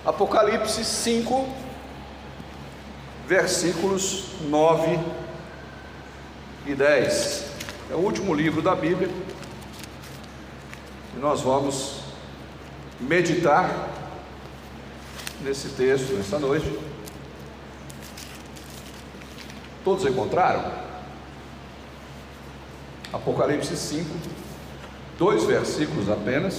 Apocalipse 5, versículos 9 e 10. É o último livro da Bíblia e nós vamos meditar nesse texto nessa noite. Todos encontraram? Apocalipse 5, 2 versículos apenas,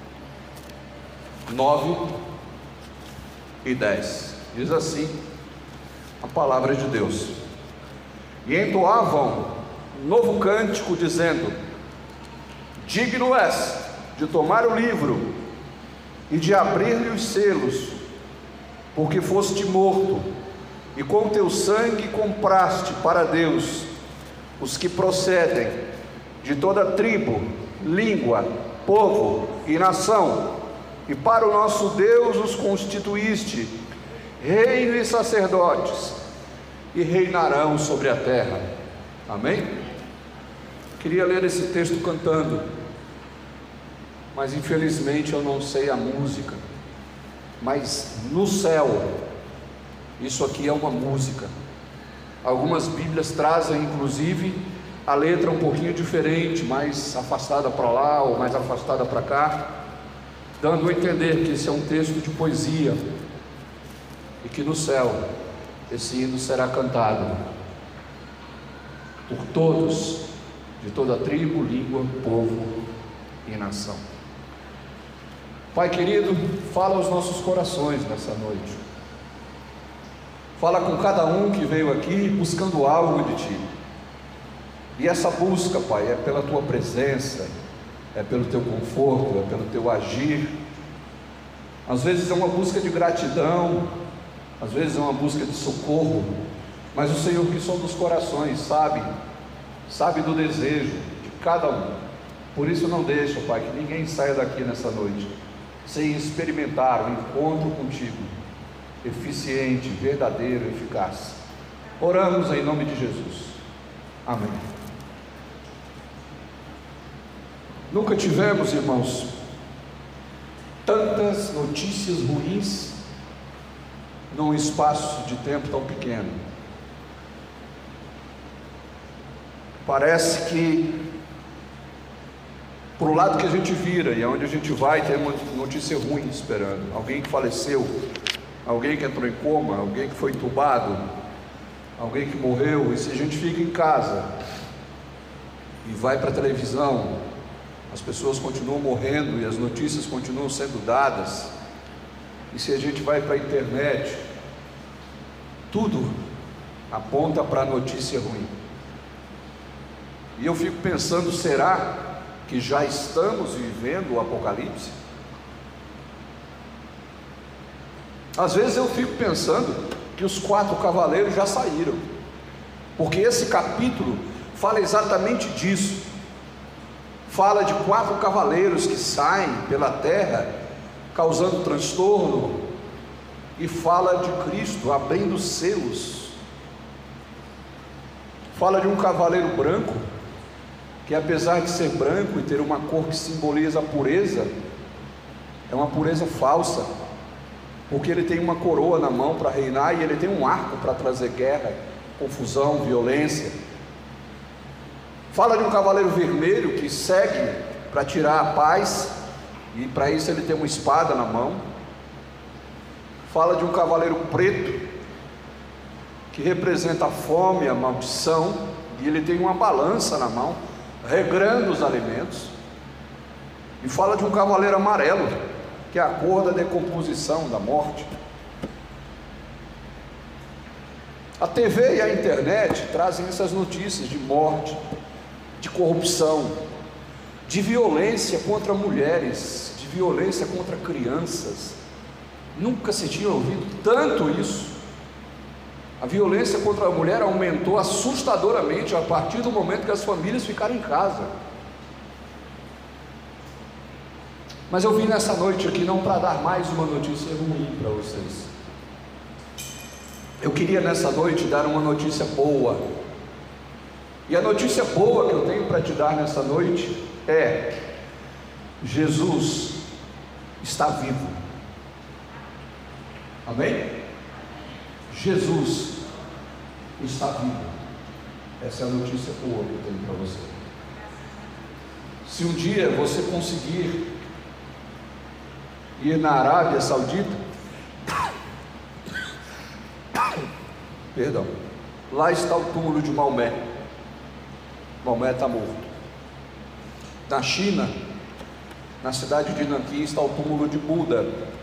9 e 10. Diz assim a palavra de Deus: e entoavam novo cântico, dizendo: digno és de tomar o livro e de abrir-lhe os selos, porque foste morto, e com teu sangue compraste para Deus os que procedem de toda tribo, língua, povo e nação, e para o nosso Deus os constituíste reino e sacerdotes, e reinarão sobre a terra. Amém? Queria ler esse texto cantando, mas infelizmente eu não sei a música. Mas no céu, isso aqui é uma música. Algumas Bíblias trazem inclusive a letra um pouquinho diferente, mais afastada para lá ou mais afastada para cá, dando a entender que esse é um texto de poesia e que no céu esse hino será cantado por todos, de toda tribo, língua, povo e nação. Pai querido, fala aos nossos corações nessa noite. Fala com cada um que veio aqui buscando algo de Ti. E essa busca, Pai, é pela Tua presença, é pelo Teu conforto, é pelo Teu agir. Às vezes é uma busca de gratidão, às vezes é uma busca de socorro, mas o Senhor que sonda os corações sabe do desejo de cada um. Por isso não deixa, Pai, que ninguém saia daqui nessa noite sem experimentar o encontro contigo, eficiente, verdadeiro, eficaz. Oramos em nome de Jesus. Amém. Nunca tivemos, irmãos, tantas notícias ruins num espaço de tempo tão pequeno. Parece que pro lado que a gente vira e aonde a gente vai, tem uma notícia ruim esperando. Alguém que faleceu, alguém que entrou em coma, alguém que foi entubado, alguém que morreu. E se a gente fica em casa e vai para a televisão, as pessoas continuam morrendo e as notícias continuam sendo dadas. E se a gente vai para a internet, tudo aponta para a notícia ruim. E eu fico pensando, será que já estamos vivendo o Apocalipse? Às vezes eu fico pensando que os 4 cavaleiros já saíram, porque esse capítulo fala exatamente disso. Fala de 4 cavaleiros que saem pela terra causando transtorno, e fala de Cristo abrindo selos. Fala de um cavaleiro branco que, apesar de ser branco e ter uma cor que simboliza a pureza, é uma pureza falsa, porque ele tem uma coroa na mão para reinar e ele tem um arco para trazer guerra, confusão, violência. Fala de um cavaleiro vermelho que segue para tirar a paz, e para isso ele tem uma espada na mão. Fala de um cavaleiro preto que representa a fome, a maldição, e ele tem uma balança na mão, regrando os alimentos. E fala de um cavaleiro amarelo, que é a cor da decomposição, da morte. A TV e a internet trazem essas notícias de morte, de corrupção, de violência contra mulheres, de violência contra crianças. Nunca se tinha ouvido tanto isso. A violência contra a mulher aumentou assustadoramente a partir do momento que as famílias ficaram em casa. Mas eu vim nessa noite aqui não para dar mais uma notícia ruim para vocês. Eu queria nessa noite dar uma notícia boa. E a notícia boa que eu tenho para te dar nessa noite é: Jesus está vivo. Amém? Jesus está vivo. Essa é a notícia boa que eu tenho para você. Se um dia você conseguir ir na Arábia Saudita, perdão, lá está o túmulo de Maomé. Maomé está morto. Na China, na cidade de Nanquim, está o túmulo de Buda.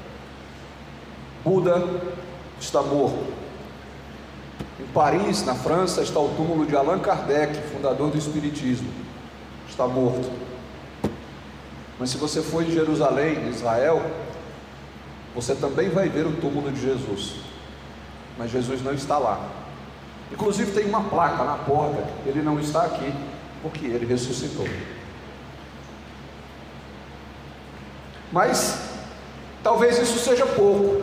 Buda está morto. Em Paris, na França, está o túmulo de Allan Kardec, fundador do Espiritismo. Está morto. Mas se você for em Jerusalém, em Israel, você também vai ver o túmulo de Jesus. Mas Jesus não está lá. Inclusive tem uma placa na porta: ele não está aqui, porque ele ressuscitou. Mas talvez isso seja pouco.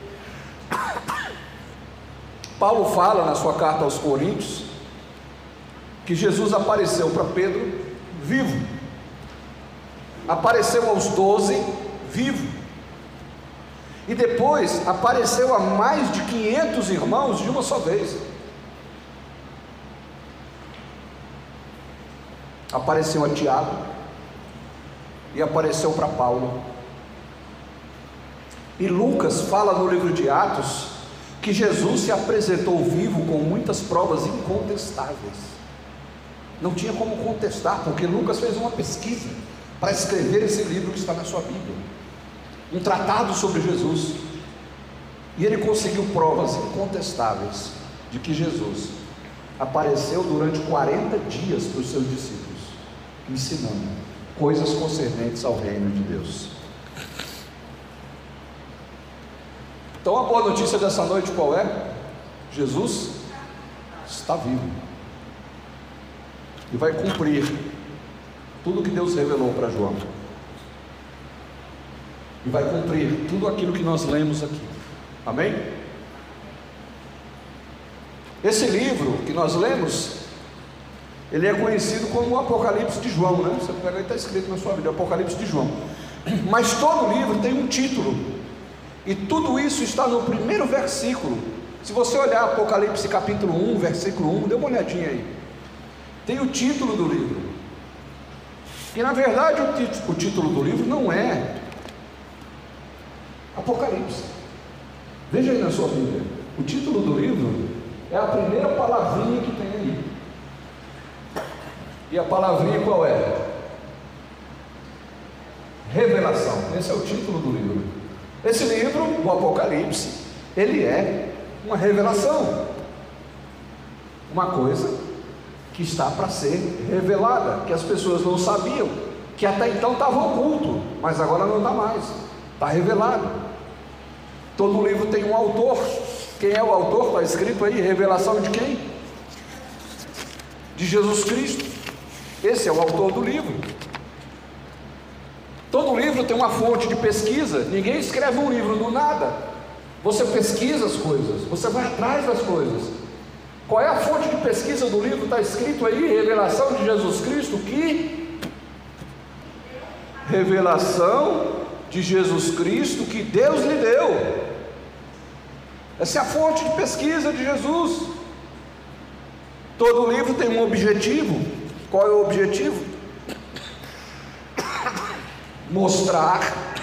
Paulo fala na sua carta aos Coríntios que Jesus apareceu para Pedro vivo, apareceu aos 12 vivo, e depois apareceu a mais de 500 irmãos de uma só vez. Apareceu a Tiago e apareceu para Paulo. E Lucas fala no livro de Atos que Jesus se apresentou vivo com muitas provas incontestáveis. Não tinha como contestar, porque Lucas fez uma pesquisa para escrever esse livro que está na sua Bíblia, um tratado sobre Jesus, e ele conseguiu provas incontestáveis de que Jesus apareceu durante 40 dias para os seus discípulos, ensinando coisas concernentes ao reino de Deus. Então a boa notícia dessa noite qual é? Jesus está vivo e vai cumprir tudo que Deus revelou para João, e vai cumprir tudo aquilo que nós lemos aqui. Amém? Esse livro que nós lemos, ele é conhecido como o Apocalipse de João, né? Você pega aí, está escrito na sua Bíblia, Apocalipse de João. Mas todo livro tem um título, e tudo isso está no primeiro versículo. Se você olhar Apocalipse capítulo 1, versículo 1, dê uma olhadinha aí, tem o título do livro. E na verdade o título do livro não é Apocalipse. Veja aí na sua Bíblia, o título do livro é a primeira palavrinha que tem aí. E a palavrinha qual é? Revelação. Esse é o título do livro. Esse livro, o Apocalipse, ele é uma revelação, uma coisa que está para ser revelada, que as pessoas não sabiam, que até então estava oculto, mas agora não está mais, está revelado. Todo livro tem um autor. Quem é o autor? Está escrito aí, revelação de quem? De Jesus Cristo. Esse é o autor do livro. Todo livro tem uma fonte de pesquisa. Ninguém escreve um livro do nada. Você pesquisa as coisas, você vai atrás das coisas. Qual é a fonte de pesquisa do livro? Está escrito aí, revelação de Jesus Cristo. Que revelação de Jesus Cristo que Deus lhe deu. Essa é a fonte de pesquisa de Jesus. Todo livro tem um objetivo. Qual é o objetivo? Mostrar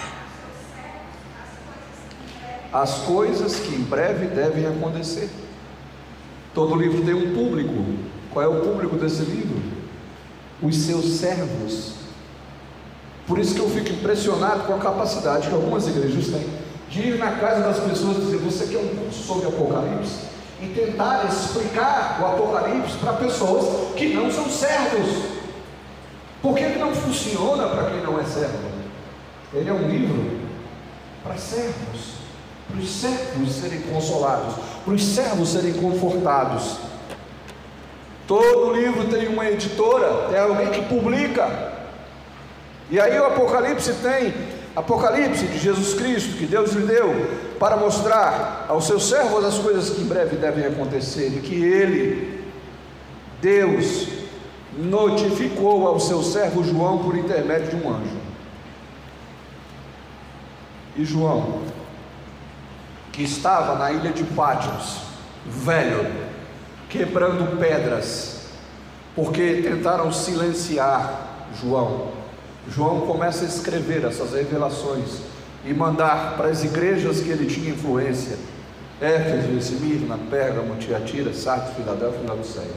as coisas que em breve devem acontecer. Todo livro tem um público. Qual é o público desse livro? Os seus servos. Por isso que eu fico impressionado com a capacidade que algumas igrejas têm de ir na casa das pessoas e dizer: você quer um curso sobre Apocalipse? E tentar explicar o Apocalipse para pessoas que não são servos. Por que ele não funciona para quem não é servo? Ele é um livro para servos, para os servos serem consolados, para os servos serem confortados. Todo livro tem uma editora, tem alguém que publica. E aí o Apocalipse tem Apocalipse de Jesus Cristo, que Deus lhe deu para mostrar aos seus servos as coisas que em breve devem acontecer, e que ele, Deus, notificou ao seu servo João por intermédio de um anjo. E João que estava na ilha de Pátimos, velho, quebrando pedras, porque tentaram silenciar João. João começa a escrever essas revelações e mandar para as igrejas que ele tinha influência: Éfeso, Esmirna, Pérgamo, Tiatira, Sardes, Filadélfia e Laodiceia.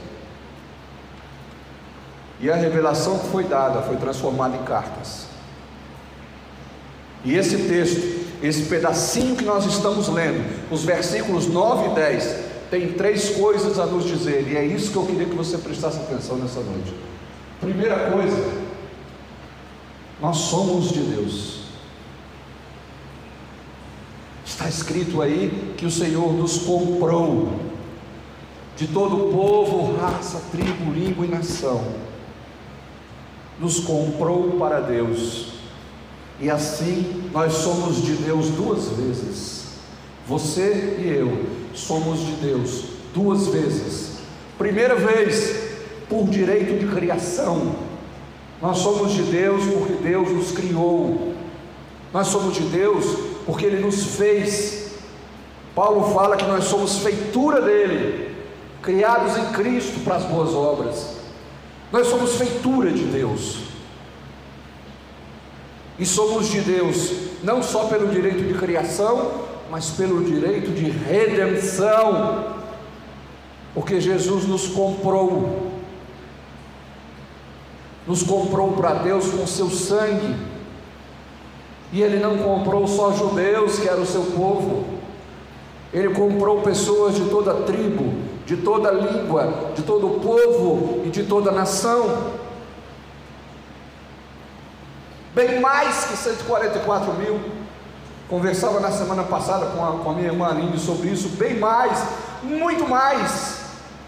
E a revelação que foi dada foi transformada em cartas. E esse texto, esse pedacinho que nós estamos lendo, os versículos 9 e 10, tem 3 coisas a nos dizer, e é isso que eu queria que você prestasse atenção nessa noite. Primeira coisa, nós somos de Deus. Está escrito aí que o Senhor nos comprou de todo povo, raça, tribo, língua e nação. Nos comprou para Deus, e assim nós somos de Deus 2 vezes. Você e eu somos de Deus 2 vezes. Primeira vez, por direito de criação. Nós somos de Deus porque Deus nos criou. Nós somos de Deus porque Ele nos fez. Paulo fala que nós somos feitura dEle, criados em Cristo para as boas obras. Nós somos feitura de Deus, e somos de Deus não só pelo direito de criação, mas pelo direito de redenção, porque Jesus nos comprou para Deus com seu sangue. E Ele não comprou só judeus, que era o seu povo, Ele comprou pessoas de toda tribo, de toda língua, de todo povo e de toda nação. Bem mais que 144 mil. Conversava na semana passada com a minha irmã Aline sobre isso. Bem mais, muito mais.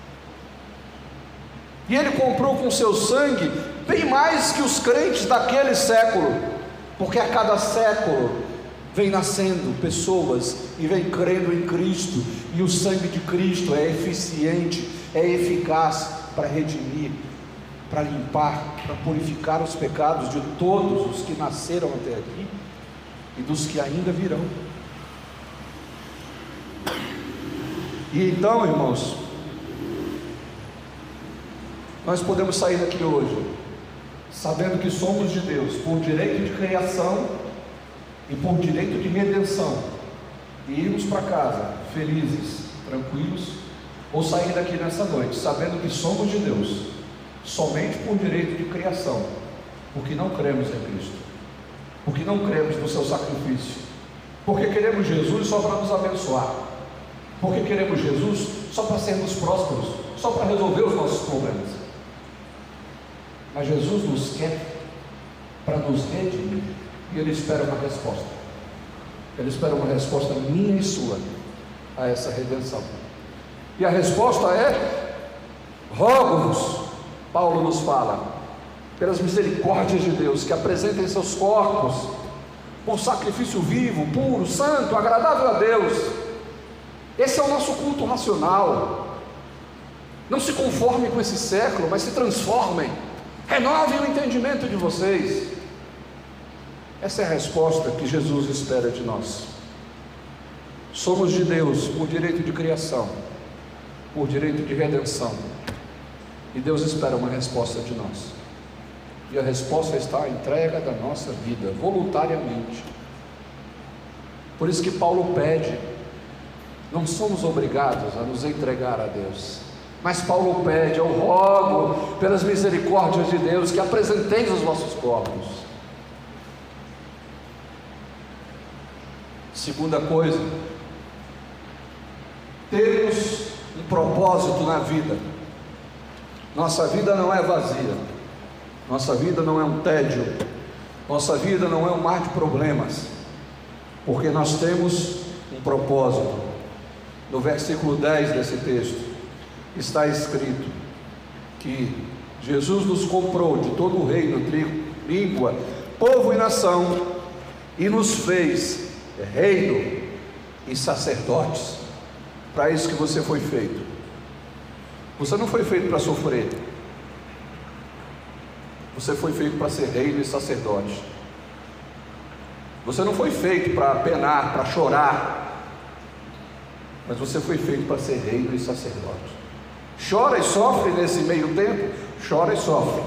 E Ele comprou com seu sangue bem mais que os crentes daquele século, porque a cada século vem nascendo pessoas e vem crendo em Cristo, e o sangue de Cristo é eficiente, é eficaz para redimir, para limpar, para purificar os pecados de todos os que nasceram até aqui e dos que ainda virão. E então, irmãos, nós podemos sair daqui hoje sabendo que somos de Deus por direito de criação e por direito de redenção, e irmos para casa felizes, tranquilos, ou sair daqui nessa noite sabendo que somos de Deus somente por direito de criação, porque não cremos em Cristo, porque não cremos no seu sacrifício, porque queremos Jesus só para nos abençoar, porque queremos Jesus só para sermos prósperos, só para resolver os nossos problemas. Mas Jesus nos quer para nos redimir, e Ele espera uma resposta. Ele espera uma resposta minha e sua a essa redenção. E a resposta é: rogo-vos, Paulo nos fala, pelas misericórdias de Deus, que apresentem seus corpos por sacrifício vivo, puro, santo, agradável a Deus. Esse é o nosso culto racional. Não se conformem com esse século, mas se transformem, renovem o entendimento de vocês. Essa é a resposta que Jesus espera de nós. Somos de Deus por direito de criação, por direito de redenção, e Deus espera uma resposta de nós, e a resposta está à entrega da nossa vida, voluntariamente. Por isso que Paulo pede, não somos obrigados a nos entregar a Deus, mas Paulo pede: eu rogo pelas misericórdias de Deus que apresenteis os vossos corpos. Segunda coisa, temos um propósito na vida. Nossa vida não é vazia, nossa vida não é um tédio, nossa vida não é um mar de problemas, porque nós temos um propósito. No versículo 10 desse texto está escrito que Jesus nos comprou de todo o reino, tribo, língua, povo e nação, e nos fez reino e sacerdotes. Para isso que você foi feito. Você não foi feito para sofrer, você foi feito para ser reino e sacerdote. Você não foi feito para penar, para chorar, mas você foi feito para ser reino e sacerdote. Chora e sofre nesse meio tempo, chora e sofre,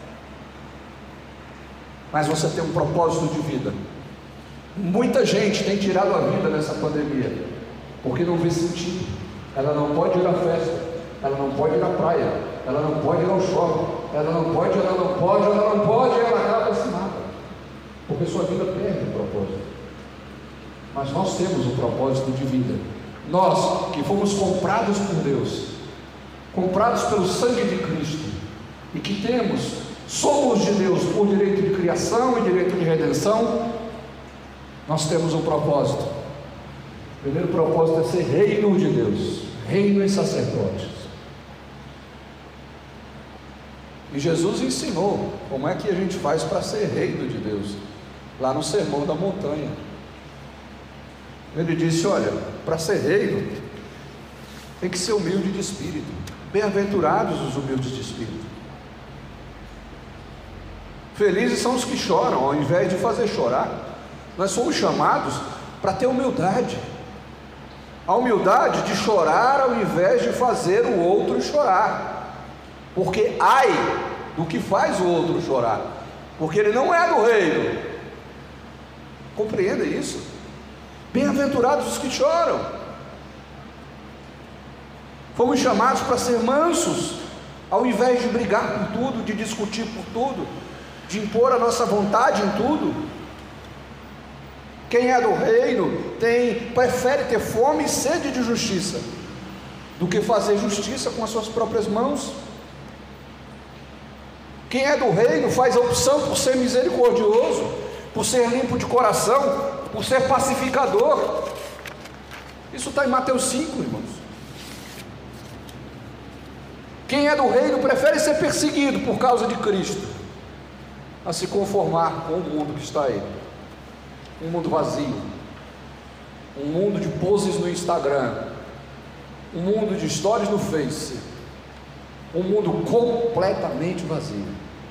mas você tem um propósito de vida. Muita gente tem tirado a vida nessa pandemia, porque não vê sentido. Ela não pode ir à festa, ela não pode ir à praia, ela não pode ir ao shopping, ela não pode, e ela acaba sem nada, porque sua vida perde o propósito. Mas nós temos um propósito de vida. Nós que fomos comprados por Deus, comprados pelo sangue de Cristo, e que somos de Deus por direito de criação e direito de redenção, nós temos um propósito. O primeiro propósito é ser reino de Deus, reino e sacerdotes. E Jesus ensinou como é que a gente faz para ser reino de Deus, lá no Sermão da Montanha. Ele disse: olha, para ser reino, tem que ser humilde de espírito. Bem-aventurados os humildes de espírito. Felizes são os que choram, ao invés de fazer chorar. Nós somos chamados para ter humildade. A humildade de chorar ao invés de fazer o outro chorar. Porque ai do que faz o outro chorar, porque ele não é do reino. Compreenda isso. Bem-aventurados os que choram. Fomos chamados para ser mansos, ao invés de brigar por tudo, de discutir por tudo, de impor a nossa vontade em tudo. Quem é do reino prefere ter fome e sede de justiça do que fazer justiça com as suas próprias mãos. Quem é do reino faz a opção por ser misericordioso, por ser limpo de coração, por ser pacificador. Isso está em Mateus 5, irmãos. Quem é do reino prefere ser perseguido por causa de Cristo, a se conformar com o mundo que está aí. Um mundo vazio, um mundo de poses no Instagram, um mundo de stories no Face, um mundo completamente vazio.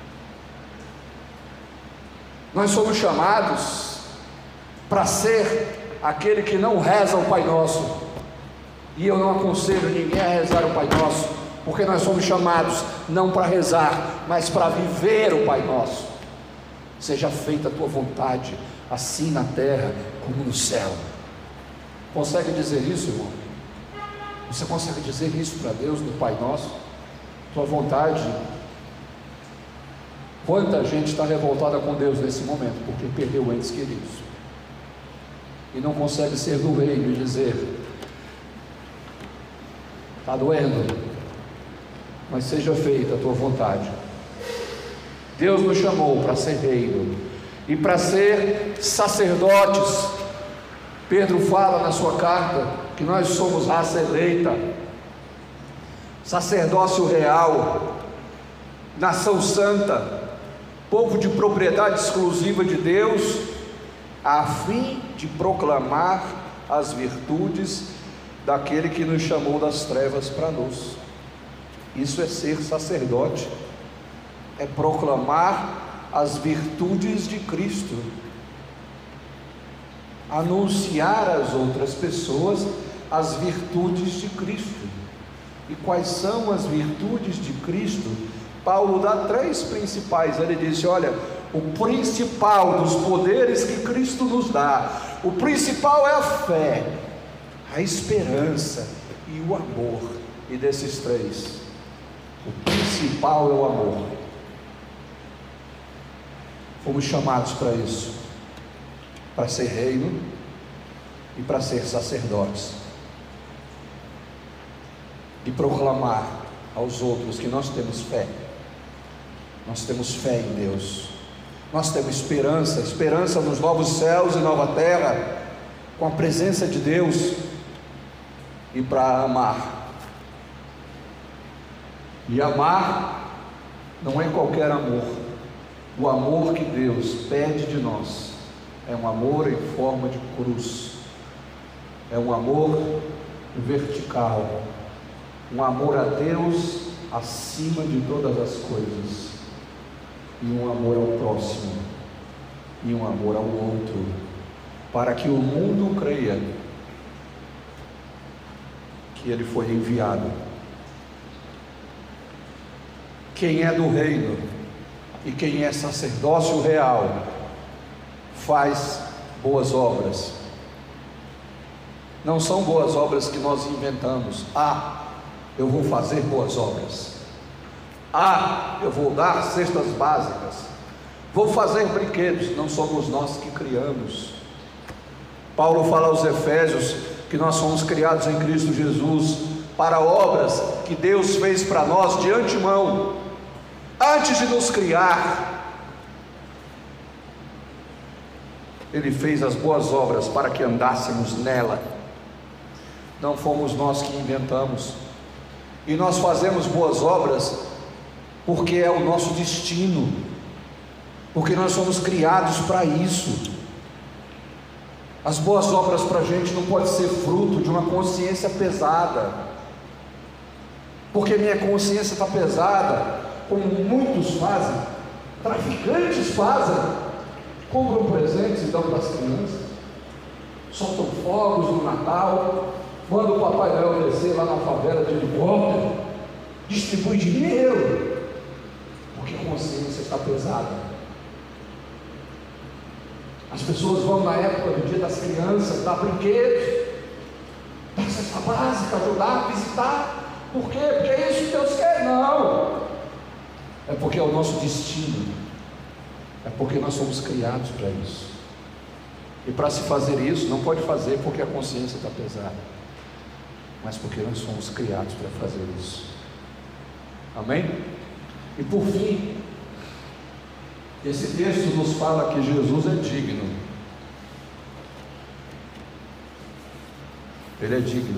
Nós somos chamados para ser aquele que não reza o Pai Nosso, e eu não aconselho ninguém a rezar o Pai Nosso, porque nós somos chamados não para rezar, mas para viver o Pai Nosso. Seja feita a tua vontade, assim na terra como no céu. Consegue dizer isso, irmão? Você consegue dizer isso para Deus no Pai Nosso? Tua vontade. Quanta gente está revoltada com Deus nesse momento, porque perdeu entes queridos, e não consegue ser do reino e dizer: está doendo, mas seja feita a tua vontade. Deus nos chamou para ser reino e para ser sacerdotes. Pedro fala na sua carta que nós somos raça eleita, sacerdócio real, nação santa, povo de propriedade exclusiva de Deus, a fim de proclamar as virtudes daquele que nos chamou das trevas para a luz. Isso é ser sacerdote, é proclamar as virtudes de Cristo, anunciar às outras pessoas as virtudes de Cristo. E quais são as virtudes de Cristo? Paulo dá 3 principais. Ele disse: olha, o principal dos poderes que Cristo nos dá, o principal é a fé, a esperança e o amor. E desses 3, o principal é o amor. Fomos chamados para isso, para ser reino e para ser sacerdotes, e proclamar aos outros que nós temos fé. Nós temos fé em Deus, nós temos esperança nos novos céus e nova terra, com a presença de Deus, e para amar. E amar não é qualquer amor. O amor que Deus pede de nós é um amor em forma de cruz, é um amor vertical, um amor a Deus acima de todas as coisas, e um amor ao próximo, e um amor ao outro, para que o mundo creia que ele foi enviado. Quem é do reino e quem é sacerdócio real faz boas obras. Não são boas obras que nós inventamos. Eu vou fazer boas obras. Eu vou dar cestas básicas. Vou fazer brinquedos. Não somos nós que criamos. Paulo fala aos Efésios que nós somos criados em Cristo Jesus para obras que Deus fez para nós de antemão, antes de nos criar. Ele fez as boas obras para que andássemos nela. Não fomos nós que inventamos. E nós fazemos boas obras porque é o nosso destino, porque nós somos criados para isso. As boas obras para a gente não pode ser fruto de uma consciência pesada, porque minha consciência está pesada, como muitos fazem, traficantes fazem, compram presentes e dão para as crianças, soltam fogos no Natal, mandam o Papai Noel descer lá na favela de helicóptero, distribui dinheiro, porque a consciência está pesada. As pessoas vão na época do Dia das Crianças dar brinquedos, dar cesta básica, ajudar, visitar. Por quê? Porque é isso que Deus quer? Não, é porque é o nosso destino, é porque nós somos criados para isso. E para se fazer isso, não pode fazer porque a consciência está pesada, mas porque nós somos criados para fazer isso. Amém? E por fim, esse texto nos fala que Jesus é digno. Ele é digno.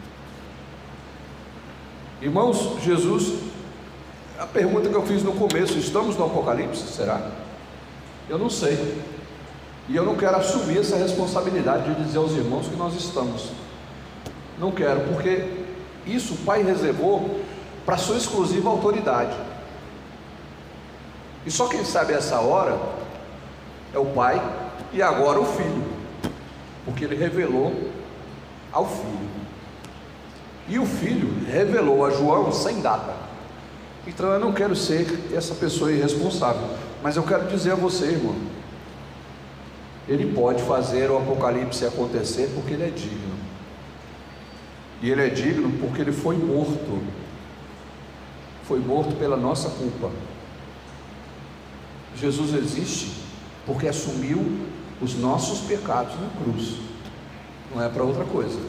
Irmãos, Jesus, a pergunta que eu fiz no começo: estamos no Apocalipse? Será? Eu não sei. E eu não quero assumir essa responsabilidade de dizer aos irmãos que nós estamos. Não quero, porque isso o Pai reservou para sua exclusiva autoridade. E só quem sabe essa hora é o Pai e agora o Filho, porque Ele revelou ao Filho, e o Filho revelou a João sem data. Então eu não quero ser essa pessoa irresponsável, mas eu quero dizer a você, irmão, Ele pode fazer o Apocalipse acontecer porque Ele é digno. E Ele é digno porque Ele foi morto pela nossa culpa. Jesus existe porque assumiu os nossos pecados na cruz, não é para outra coisa.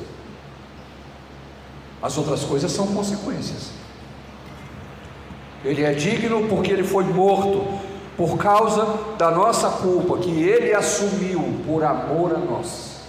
As outras coisas são consequências. Ele é digno porque Ele foi morto por causa da nossa culpa, que Ele assumiu por amor a nós.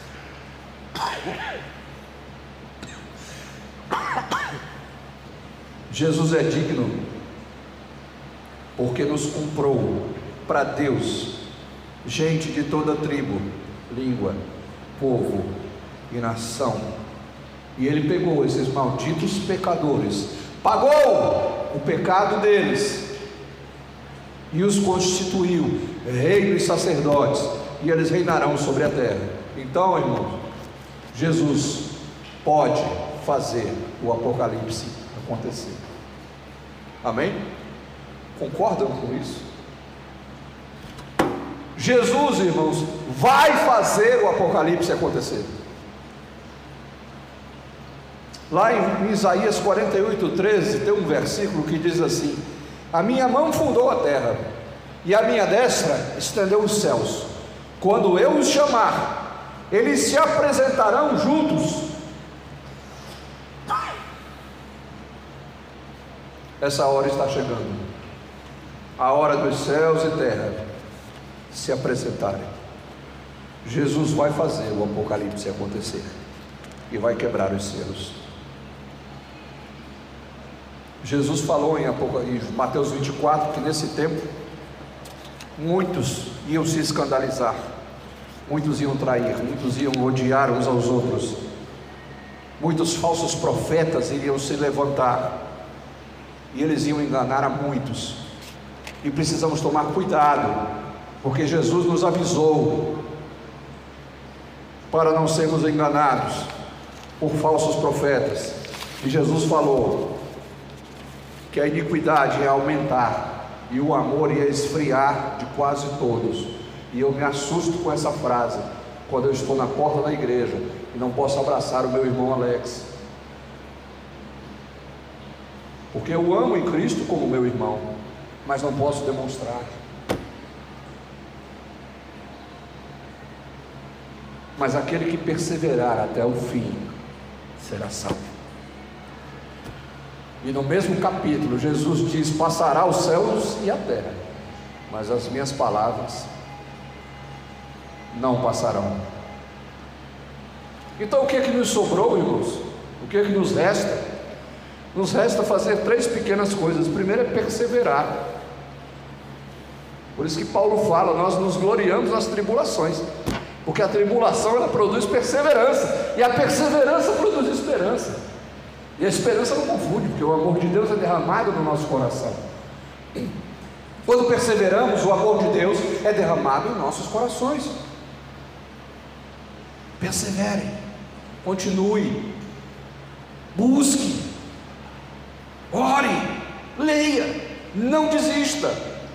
Jesus é digno porque nos comprou para Deus, gente de toda tribo, língua, povo e nação. E Ele pegou esses malditos pecadores, pagou o pecado deles e os constituiu reino e sacerdotes, e eles reinarão sobre a terra. Então, irmãos, Jesus pode fazer o Apocalipse acontecer. Amém? Concordam com isso? Jesus, irmãos, vai fazer o Apocalipse acontecer. Lá em Isaías 48:13 tem um versículo que diz assim: a minha mão fundou a terra, e a minha destra estendeu os céus. Quando eu os chamar, eles se apresentarão juntos. Essa hora está chegando, a hora dos céus e terra se apresentarem. Jesus vai fazer o Apocalipse acontecer e vai quebrar os selos. Jesus falou em Mateus 24 que nesse tempo muitos iam se escandalizar, muitos iam trair, muitos iam odiar uns aos outros, muitos falsos profetas iriam se levantar e eles iam enganar a muitos. E precisamos tomar cuidado, porque Jesus nos avisou para não sermos enganados. por falsos profetas. E Jesus falou que a iniquidade ia aumentar e o amor ia esfriar de quase todos. E eu me assusto com essa frase quando eu estou na porta da igreja e não posso abraçar o meu irmão Alex, porque eu amo em Cristo como meu irmão, mas não posso demonstrar. Mas aquele que perseverar até o fim será salvo. E no mesmo capítulo Jesus diz: passará os céus e a terra, mas as minhas palavras não passarão. Então o que é que nos sobrou, irmãos? O que é que nos resta? Nos resta fazer 3 pequenas coisas. Primeiro é perseverar. Por isso que Paulo fala: nós nos gloriamos nas tribulações, porque a tribulação ela produz perseverança, e a perseverança produz esperança, e a esperança não confunde, porque o amor de Deus é derramado no nosso coração. Quando perseveramos, o amor de Deus é derramado em nossos corações. Persevere, continue, busque, ore, leia, não desista.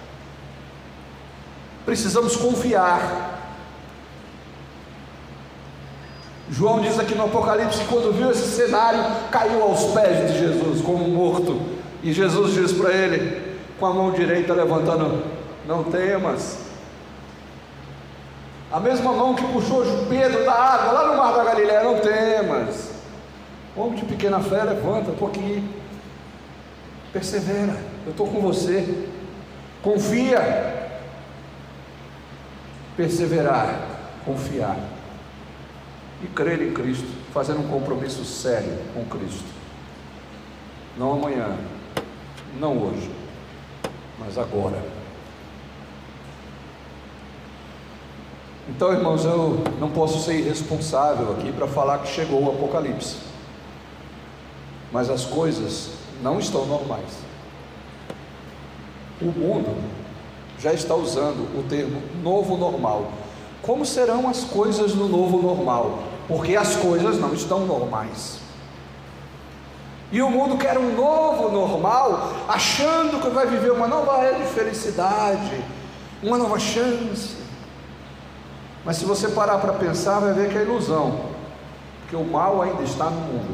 Precisamos confiar. João diz aqui no Apocalipse que quando viu esse cenário, caiu aos pés de Jesus como morto, e Jesus diz para ele, com a mão direita levantando: não temas. A mesma mão que puxou Pedro da água lá no mar da Galileia: não temas. Homem de pequena fé, levanta, estou aqui. Persevera, eu estou com você. Confia. Perseverar, confiar e crer em Cristo, fazendo um compromisso sério com Cristo. Não amanhã, não hoje, mas agora. Então, irmãos, eu não posso ser irresponsável aqui para falar que chegou o Apocalipse, mas as coisas não estão normais. O mundo já está usando o termo novo normal. Como serão as coisas no novo normal? Porque as coisas não estão normais. E o mundo quer um novo normal, achando que vai viver uma nova era de felicidade, uma nova chance. Mas se você parar para pensar, vai ver que é ilusão, porque o mal ainda está no mundo.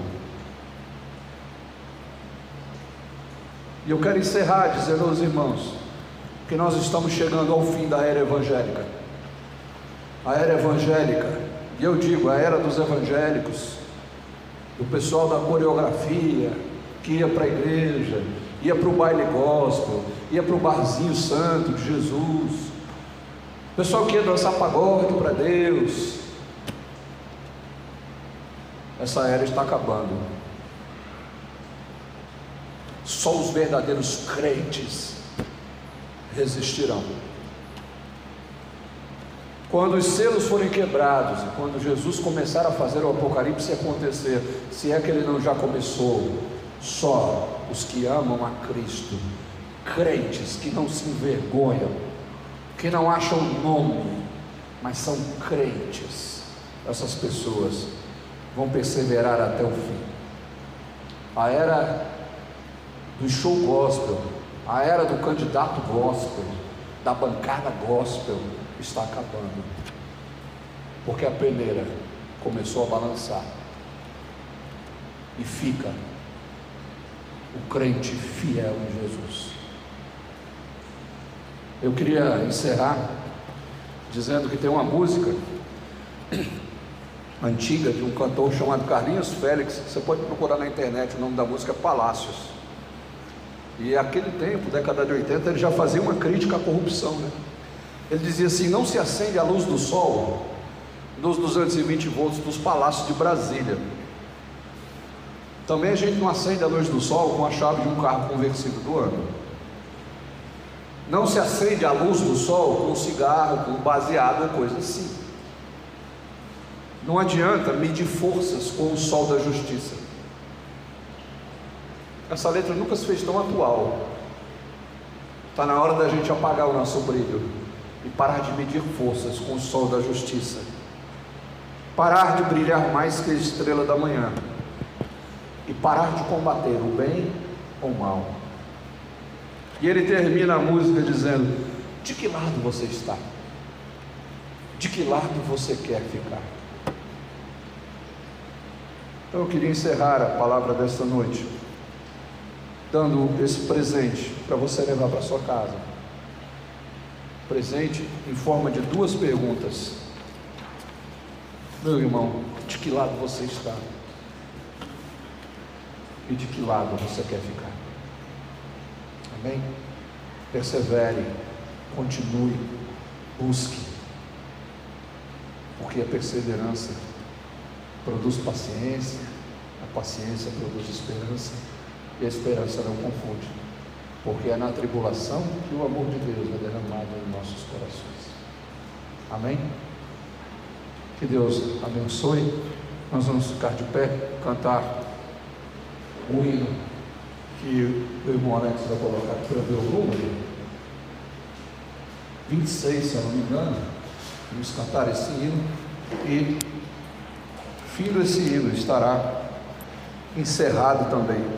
E eu quero encerrar dizendo aos irmãos que nós estamos chegando ao fim da era evangélica. A era evangélica, e eu digo, a era dos evangélicos, do pessoal da coreografia, que ia para a igreja, ia para o baile gospel, ia para o barzinho santo de Jesus, pessoal que ia dançar pagode para Deus. Essa era está acabando. Só os verdadeiros crentes resistirão. Quando os selos forem quebrados e quando Jesus começar a fazer o Apocalipse acontecer, se é que ele não já começou, só os que amam a Cristo, crentes que não se envergonham, que não acham nome, mas são crentes, essas pessoas vão perseverar até o fim. A era do show gospel, a era do candidato gospel, da bancada gospel está acabando, porque a peneira começou a balançar e fica o crente fiel em Jesus. Eu queria encerrar dizendo que tem uma música antiga de um cantor chamado Carlinhos Félix. Você pode procurar na internet, o nome da música é Palácios. E naquele tempo, década de 80, ele já fazia uma crítica à corrupção, né? Ele dizia assim: não se acende a luz do sol nos 220 volts dos palácios de Brasília. Também a gente não acende a luz do sol com a chave de um carro conversível do ano. Não se acende a luz do sol com cigarro, com baseado ou coisa assim. Não adianta medir forças com o sol da justiça. Essa letra nunca se fez tão atual. Está na hora da gente apagar o nosso brilho e parar de medir forças com o sol da justiça. parar de brilhar mais que a estrela da manhã e parar de combater o bem ou o mal. E ele termina a música dizendo: de que lado você está? De que lado você quer ficar? Então eu queria encerrar a palavra desta noite dando esse presente para você levar para sua casa. Presente em forma de duas perguntas. Meu irmão, de que lado você está? E de que lado você quer ficar? Amém? Persevere, continue, busque, porque a perseverança produz paciência, a paciência produz esperança, e a esperança não confunde, porque é na tribulação que o amor de Deus é derramado em nossos corações. Amém? Que Deus abençoe. Nós vamos ficar de pé, cantar o hino que o irmão Alex vai colocar aqui para ver o número 26, se eu não me engano. Vamos cantar esse hino e fim desse hino estará encerrado também